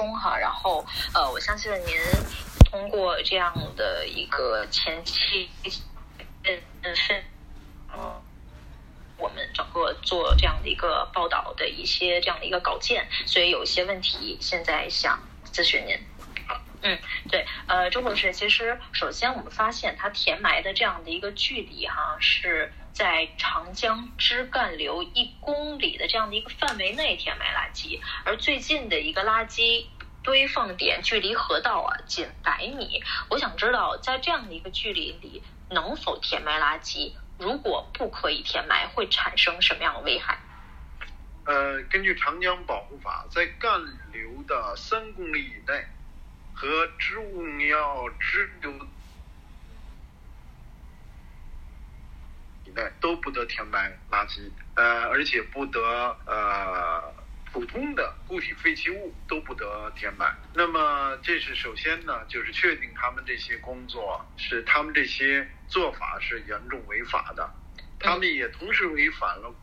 中哈，然后我相信您通过这样的一个前期我们整个做这样的一个报道的一些这样的一个稿件，所以有一些问题现在想咨询您。对，周博士，其实首先我们发现它填埋的这样的一个距离哈，是在长江支干流1公里的这样的一个范围内填埋垃圾，而最近的一个垃圾堆放点距离河道仅100米。我想知道，在这样的一个距离里能否填埋垃圾？如果不可以填埋，会产生什么样的危害？ 根据长江保护法，在干流的3公里以内和植物要支流以内都不得填埋垃圾，而且不得普通的固体废弃物都不得填埋。那么这是首先呢，就是确定他们这些工作是他们这些做法是严重违法的，他们也同时违反了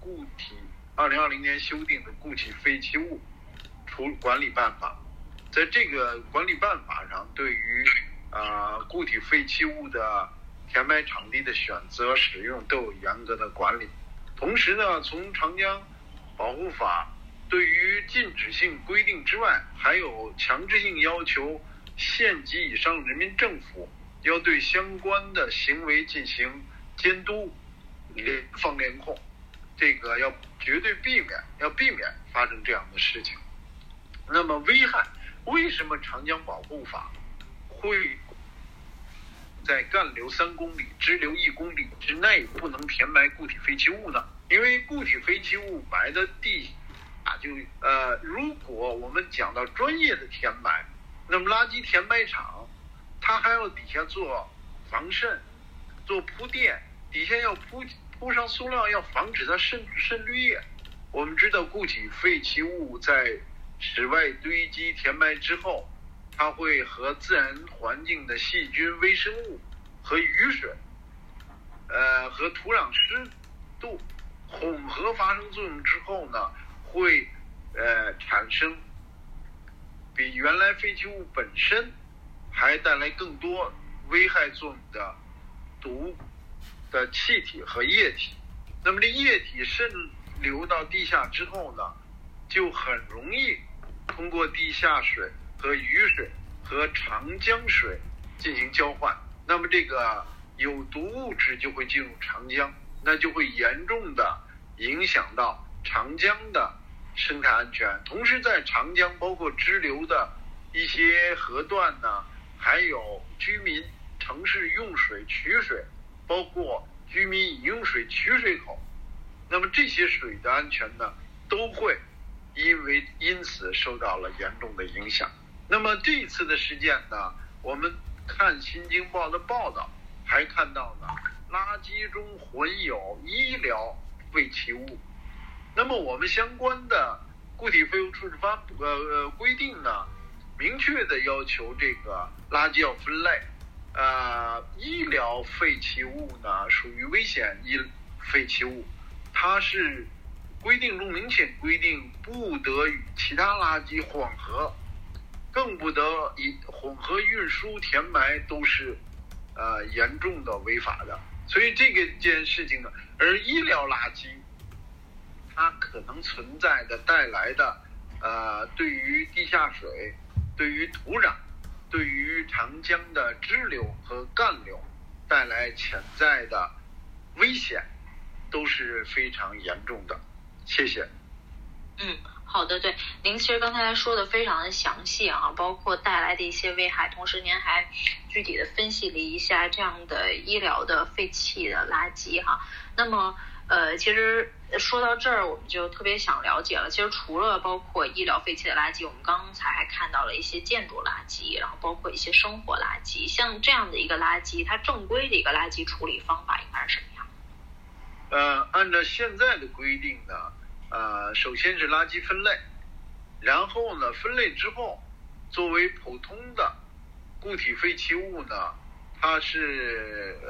2020年修订的固体废弃物管理办法。在这个管理办法上，对于固体废弃物的填埋场地的选择使用都有严格的管理。同时呢，从长江保护法对于禁止性规定之外，还有强制性要求县级以上人民政府要对相关的行为进行监督、联防联控，这个要绝对避免发生这样的事情。那么危害，为什么长江保护法会在干流3公里、支流1公里之内不能填埋固体废弃物呢？因为固体废弃物埋的地如果我们讲到专业的填埋，那么垃圾填埋场它还要底下做防渗、做铺垫，底下要铺上塑料，要防止它渗绿液。我们知道固体废弃物在室外堆积填埋之后，它会和自然环境的细菌、微生物和雨水和土壤湿度混合发生作用之后呢，会产生比原来废弃物本身还带来更多危害作用的毒的气体和液体。那么这液体渗流到地下之后呢，就很容易通过地下水和雨水和长江水进行交换，那么这个有毒物质就会进入长江，那就会严重的影响到长江的生态安全。同时在长江包括支流的一些河段呢，还有居民城市用水取水，包括居民饮用水取水口，那么这些水的安全呢，都会因此受到了严重的影响。那么这一次的事件呢，我们看新京报的报道还看到呢，垃圾中混有医疗废弃物。那么我们相关的固体废物处置法规定呢，明确的要求这个垃圾要分类。医疗废弃物呢属于危险废弃物，它是规定中明显规定不得与其他垃圾混合，更不得以混合运输填埋，都是严重的违法的。所以这件事情呢，而医疗垃圾它可能存在的带来的对于地下水、对于土壤、对于长江的支流和干流带来潜在的危险，都是非常严重的。谢谢。 好的，对，您其实刚才说的非常的详细啊，包括带来的一些危害，同时您还具体的分析了一下这样的医疗的废弃的垃圾哈。那么其实说到这儿，我们就特别想了解了，其实除了包括医疗废弃的垃圾，我们刚才还看到了一些建筑垃圾，然后包括一些生活垃圾，像这样的一个垃圾，它正规的一个垃圾处理方法应该是什么样？ 按照现在的规定呢，首先是垃圾分类，然后呢，分类之后，作为普通的固体废弃物呢，它是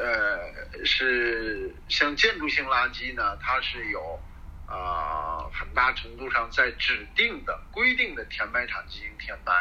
像建筑性垃圾呢，它是有很大程度上在指定的规定的填埋场进行填埋。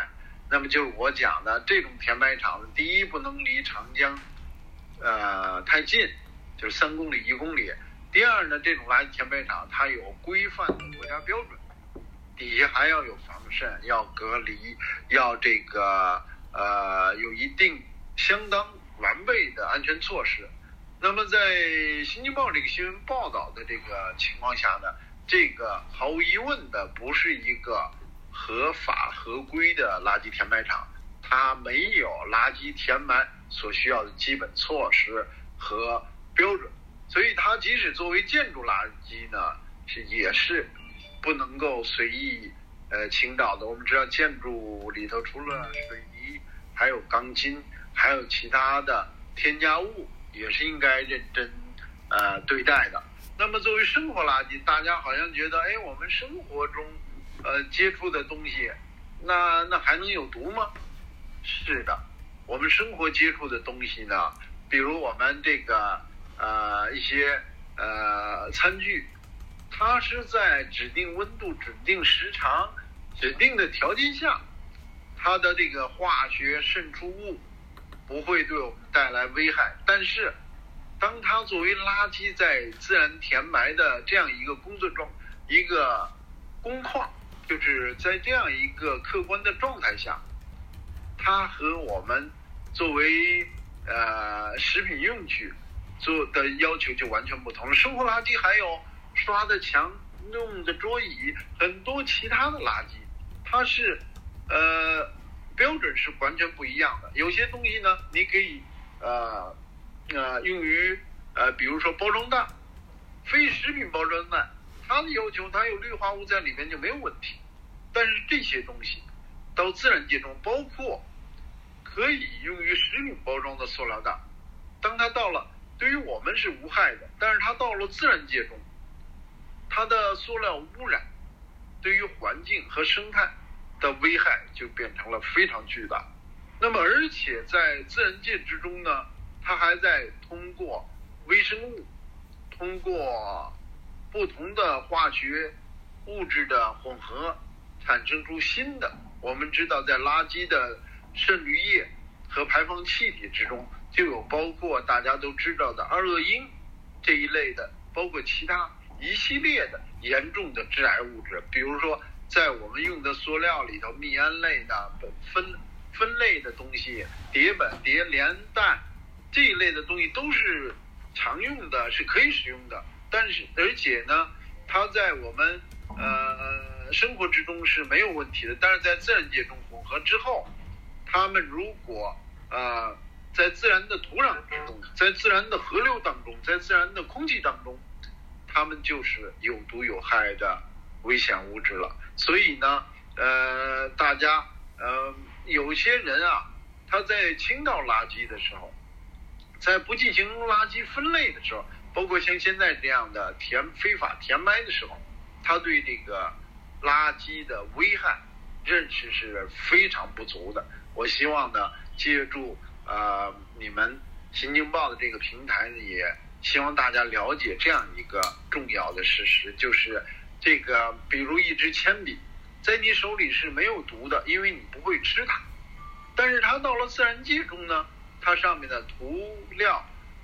那么就是我讲的这种填埋场，第一不能离长江太近，就是3公里、1公里。第二呢，这种垃圾填埋场它有规范的国家标准，底下还要有防渗，要隔离，要这个有一定相当完备的安全措施。那么在《新京报》这个新闻报道的这个情况下呢，这个毫无疑问的不是一个合法合规的垃圾填埋场，它没有垃圾填埋所需要的基本措施和标准，所以它即使作为建筑垃圾呢，也是不能够随意倾倒的。我们知道建筑里头除了水泥，还有钢筋，还有其他的添加物，也是应该认真对待的。那么作为生活垃圾，大家好像觉得，我们生活中接触的东西，那还能有毒吗？是的，我们生活接触的东西呢，比如我们这个一些餐具，它是在指定温度、指定时长、指定的条件下，它的这个化学渗出物不会对我们带来危害。但是当它作为垃圾在自然填埋的这样一个工作中，一个工况，就是在这样一个客观的状态下，它和我们作为食品用具做的要求就完全不同了。生活垃圾还有刷的墙、用的桌椅，很多其他的垃圾，它是标准是完全不一样的。有些东西呢，你可以用于比如说包装袋，非食品包装袋，它的要求它有氯化物在里面就没有问题。但是这些东西到自然界中，包括可以用于食品包装的塑料袋，当它到了对于我们是无害的，但是它到了自然界中，它的塑料污染对于环境和生态的危害就变成了非常巨大。那么而且在自然界之中呢，它还在通过微生物，通过不同的化学物质的混合，产生出新的。我们知道在垃圾的渗滤液和排放气体之中，就有包括大家都知道的二恶英这一类的，包括其他一系列的严重的致癌物质。比如说在我们用的塑料里头，密胺类的分类的东西，叠苯、叠连氮这一类的东西都是常用的，是可以使用的。但是而且呢，它在我们生活之中是没有问题的，但是在自然界中混合之后，它们如果在自然的土壤之中，在自然的河流当中，在自然的空气当中，它们就是有毒有害的危险物质了。所以呢大家有些人他在倾倒垃圾的时候，在不进行垃圾分类的时候，包括像现在这样的非法填埋的时候，他对这个垃圾的危害认识是非常不足的。我希望呢，借助你们新京报的这个平台呢，也希望大家了解这样一个重要的事实，就是这个比如一支铅笔在你手里是没有毒的，因为你不会吃它，但是它到了自然界中呢，它上面的涂料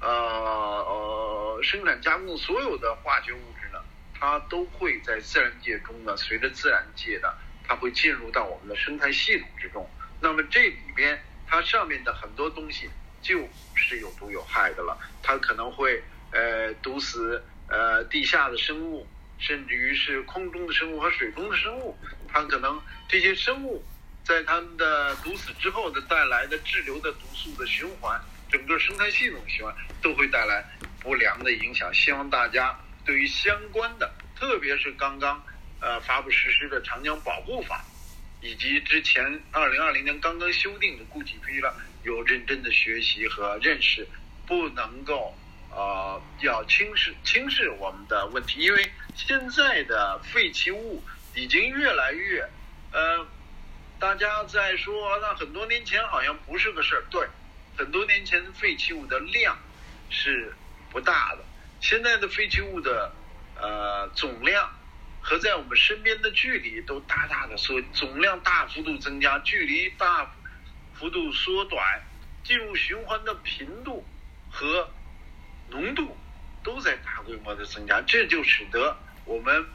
生产加工所有的化学物质呢，它都会在自然界中呢，随着自然界的它会进入到我们的生态系统之中。那么这里边它上面的很多东西就是有毒有害的了，它可能会毒死地下的生物，甚至于是空中的生物和水中的生物。它可能这些生物在它们的毒死之后的带来的滞留的毒素的循环，整个生态系统循环都会带来不良的影响。希望大家对于相关的，特别是刚刚发布实施的长江保护法，以及之前2020年刚刚修订的固体废料有认真的学习和认识，不能够要轻视我们的问题。因为现在的废弃物已经越来越大家在说那很多年前好像不是个事儿，对，很多年前废弃物的量是不大的，现在的废弃物的总量和在我们身边的距离都大大的总量大幅度增加，距离大幅度缩短，进入循环的频度和浓度都在大规模的增加，这就使得我们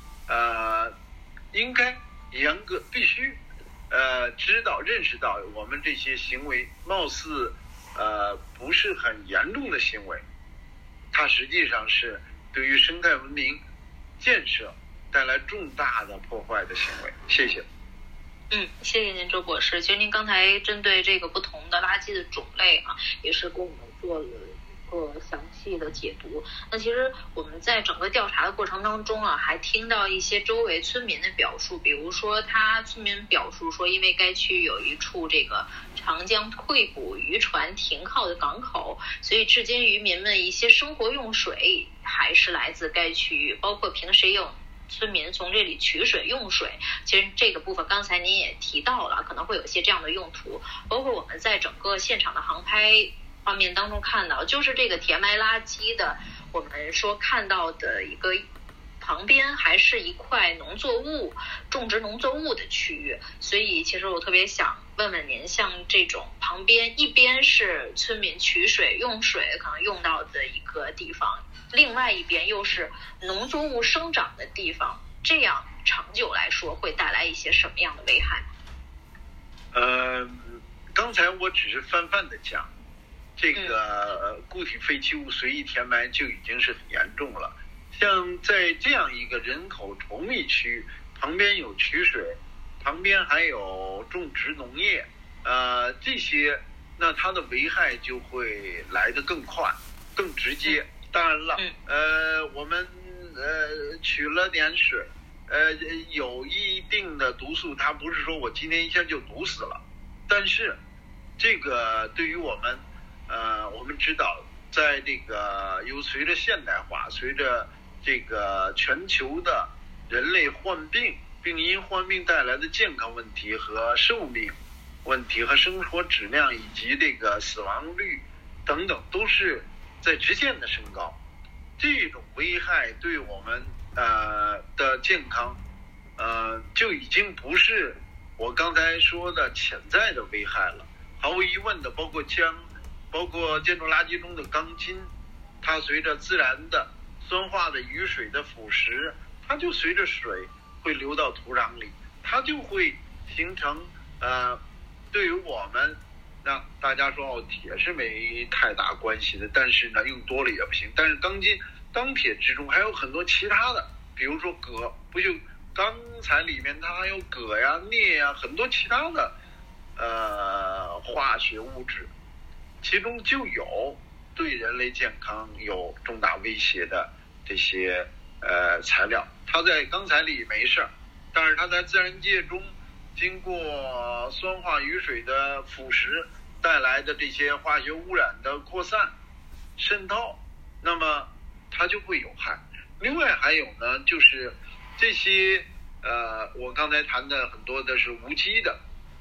应该必须认识到我们这些行为貌似不是很严重的行为，它实际上是对于生态文明建设带来重大的破坏的行为。谢谢。 谢谢您，周博士。其实您刚才针对这个不同的垃圾的种类也是给我们做了一个详细的解读。那其实我们在整个调查的过程当中还听到一些周围村民的表述，比如说村民表述说，因为该区有一处这个长江退补渔船停靠的港口，所以至今渔民们一些生活用水还是来自该区域，包括平时也有村民从这里取水用水。其实这个部分刚才您也提到了，可能会有一些这样的用途，包括我们在整个现场的航拍画面当中看到，就是这个填埋垃圾的，我们说看到的一个旁边还是一块种植农作物的区域。所以其实我特别想问问您，像这种旁边一边是村民取水用水可能用到的一个地方，另外一边又是农作物生长的地方，这样长久来说会带来一些什么样的危害？ 刚才我只是泛泛的讲，这个固体废弃物随意填埋就已经是很严重了。像在这样一个人口稠密区，旁边有取水，旁边还有种植农业，这些，那它的危害就会来得更快、更直接。当然了，我们取了点水，有一定的毒素，它不是说我今天一下就毒死了，但是这个对于我们知道，在这个随着现代化，随着这个全球的人类病因患病带来的健康问题和寿命问题和生活质量以及这个死亡率等等，都是在直线的升高。这种危害对我们的健康就已经不是我刚才说的潜在的危害了。毫无疑问的，包括建筑垃圾中的钢筋，它随着自然的酸化的雨水的腐蚀，它就随着水会流到土壤里，它就会形成对于我们大家说铁是没太大关系的，但是呢用多了也不行。但是钢铁之中还有很多其他的，比如说镉，不就钢材里面它还有镉呀、镍呀，很多其他的化学物质，其中就有对人类健康有重大威胁的这些材料。它在钢材里没事，但是它在自然界中经过酸化雨水的腐蚀带来的这些化学污染的扩散渗透，那么它就会有害。另外还有呢，就是这些我刚才谈的很多的是无机的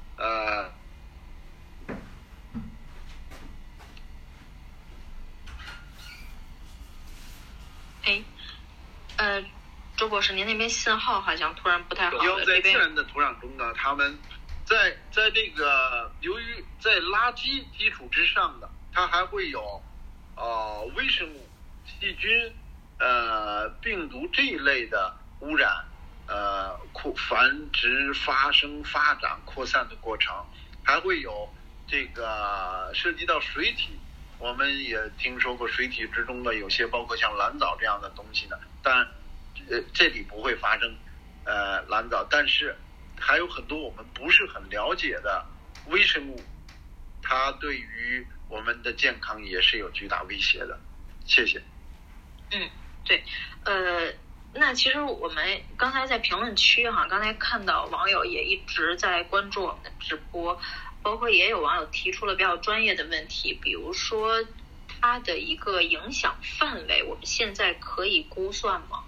周博士，您那边信号好像突然不太好了。 在自然的土壤中呢，他们在这个由于在垃圾基础之上的，它还会有微生物、细菌、病毒这一类的污染，繁殖、发生、发展、扩散的过程，还会有这个涉及到水体。我们也听说过水体之中的有些包括像蓝藻这样的东西呢，但这里不会发生蓝藻，但是还有很多我们不是很了解的微生物，它对于我们的健康也是有巨大威胁的。谢谢。 对，那其实我们刚才在评论区刚才看到网友也一直在关注我们的直播，包括也有网友提出了比较专业的问题，比如说它的一个影响范围，我们现在可以估算吗？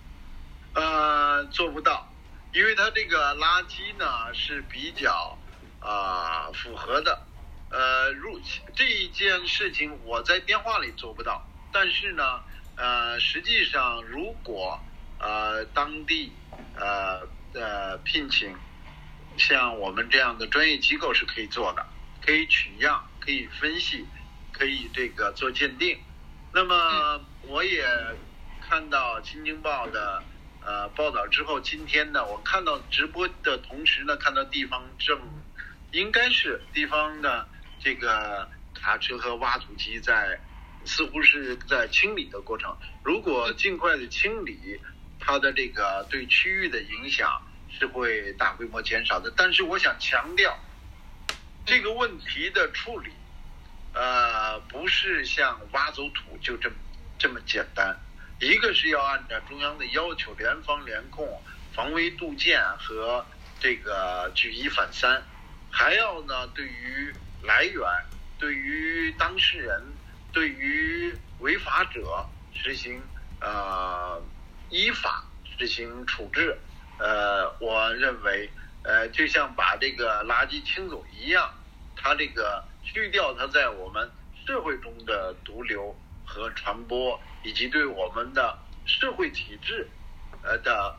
做不到，因为它这个垃圾呢是比较符合的。这一件事情我在电话里做不到，但是呢实际上如果当地聘请像我们这样的专业机构是可以做的，可以取样，可以分析，可以这个做鉴定。那么我也看到《新京报》的报道之后，今天呢，我看到直播的同时呢，看到地方应该是地方的这个卡车和挖土机似乎是在清理的过程。如果尽快的清理，它的这个对区域的影响是会大规模减少的。但是我想强调，这个问题的处理，不是像挖走土就这么简单。一个是要按照中央的要求，联防联控、防微杜渐和这个举一反三，还要呢对于来源、对于当事人、对于违法者实行依法执行处置。我认为就像把这个垃圾清走一样，它这个去掉它在我们社会中的毒瘤和传播，以及对我们的社会体制的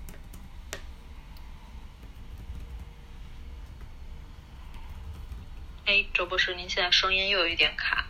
周博士，您现在声音又有一点卡。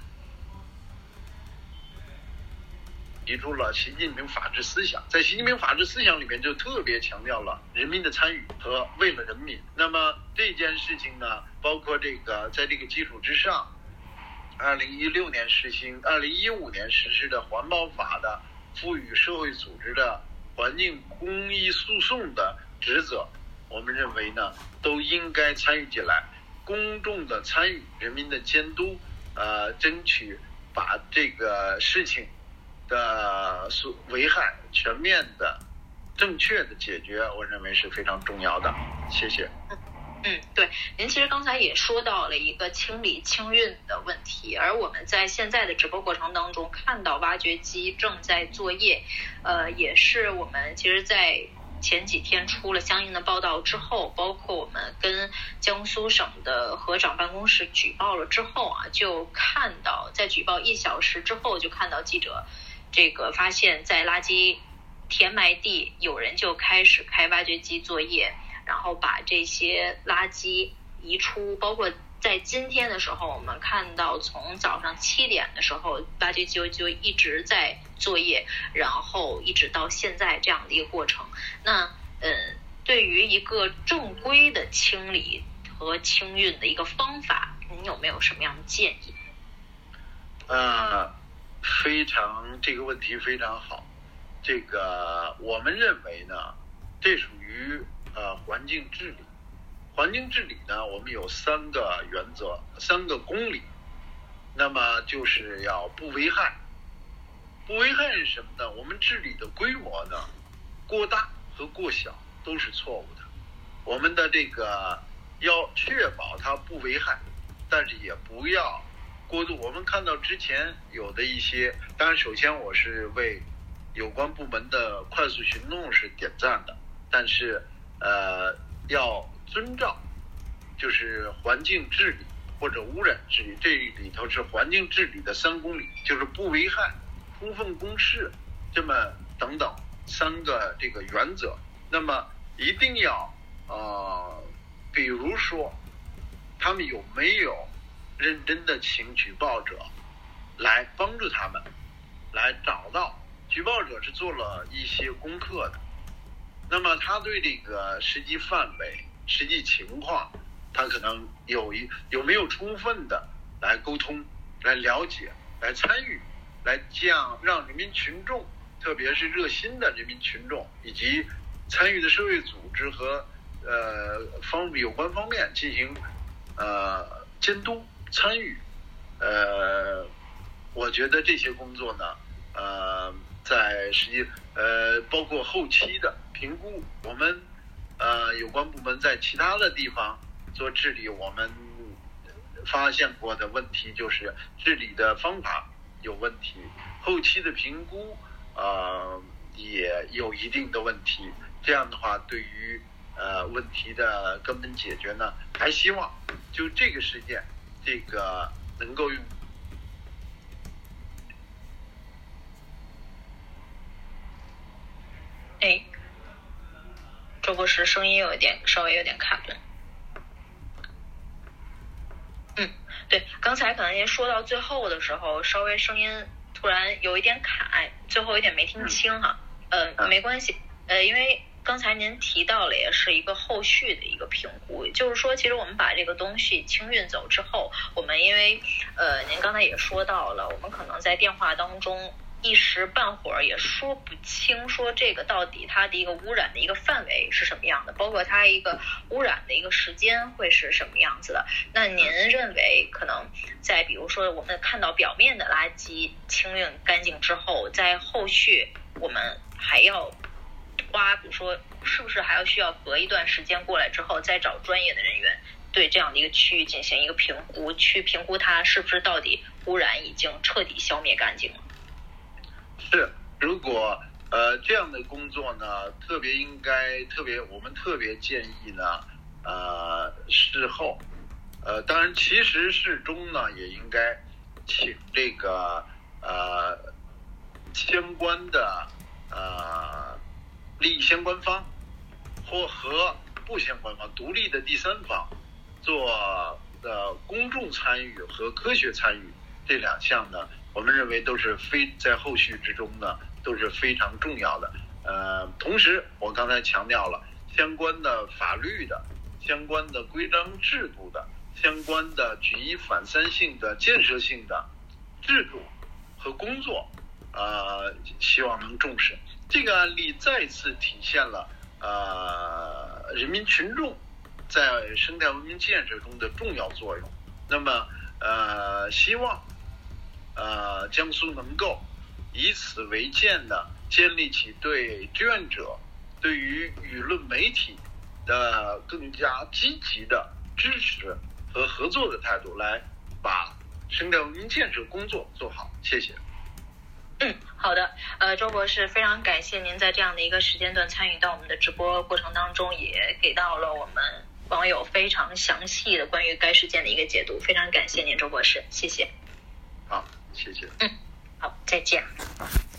提出了习近平法治思想，在习近平法治思想里面就特别强调了人民的参与和为了人民。那么这件事情呢，包括这个在这个基础之上，2016年实行，2015年实施的环保法的赋予社会组织的环境公益诉讼的职责，我们认为呢都应该参与进来，公众的参与，人民的监督，争取把这个事情的危害全面的、正确的解决，我认为是非常重要的。谢谢。 对，您其实刚才也说到了一个清理清运的问题，而我们在现在的直播过程当中看到挖掘机正在作业，也是我们其实在前几天出了相应的报道之后，包括我们跟江苏省的河长办公室举报了之后就看到在举报1小时之后，就看到记者这个发现在垃圾填埋地有人就开始开挖掘机作业，然后把这些垃圾移出。包括在今天的时候，我们看到从早上7点的时候，挖掘机就一直在作业，然后一直到现在这样的一个过程。那对于一个正规的清理和清运的一个方法，您有没有什么样的建议？ 这个问题非常好。这个我们认为呢，这属于环境治理。环境治理呢，我们有3个原则，3个公理。那么就是要不危害。不危害是什么呢？我们治理的规模呢，过大和过小都是错误的。我们的这个要确保它不危害，但是也不要过度。我们看到之前有的一些，当然首先我是为有关部门的快速行动是点赞的，但是要遵照就是环境治理或者污染治理，这里头是环境治理的3公理，就是不危害、充分公示，这么等等3个这个原则。那么一定要比如说他们有没有认真的请举报者来帮助他们来找到举报者是做了一些功课的，那么他对这个实际范围、实际情况，他可能有没有充分的来沟通、来了解、来参与，来让人民群众，特别是热心的人民群众以及参与的社会组织和有关方面进行监督参与。我觉得这些工作呢，在实际包括后期的评估，我们有关部门在其他的地方做治理，我们发现过的问题就是治理的方法有问题，后期的评估也有一定的问题。这样的话，对于问题的根本解决呢，还希望就这个事件，这个能够用。 哎，周博士声音稍微有点卡顿。对，刚才可能也说到最后的时候，稍微声音突然有一点卡，最后有点没听清哈。没关系，因为刚才您提到了也是一个后续的一个评估，就是说，其实我们把这个东西清运走之后，我们因为您刚才也说到了，我们可能在电话当中一时半会儿也说不清，说这个到底它的一个污染的一个范围是什么样的，包括它一个污染的一个时间会是什么样子的。那您认为可能在比如说我们看到表面的垃圾清运干净之后，在后续我们还要花，比如说是不是还要需要隔一段时间过来之后再找专业的人员对这样的一个区域进行一个评估，去评估它是不是到底污染已经彻底消灭干净了？ 是，如果这样的工作呢，我们特别建议呢，事后，当然其实事中呢也应该请这个相关的利益相关方或和不相关方独立的第三方做公众参与和科学参与这两项呢，我们认为都是在后续之中呢都是非常重要的。同时我刚才强调了相关的法律的、相关的规章制度的、相关的举一反三性的建设性的制度和工作，希望能重视。这个案例再次体现了人民群众在生态文明建设中的重要作用。那么希望江苏能够以此为鉴的建立起对志愿者、对于舆论媒体的更加积极的支持和合作的态度，来把生态文明建设工作做好。谢谢。 好的，周博士，非常感谢您在这样的一个时间段参与到我们的直播过程当中，也给到了我们网友非常详细的关于该事件的一个解读，非常感谢您，周博士，谢谢。 好，谢谢。 好，再见。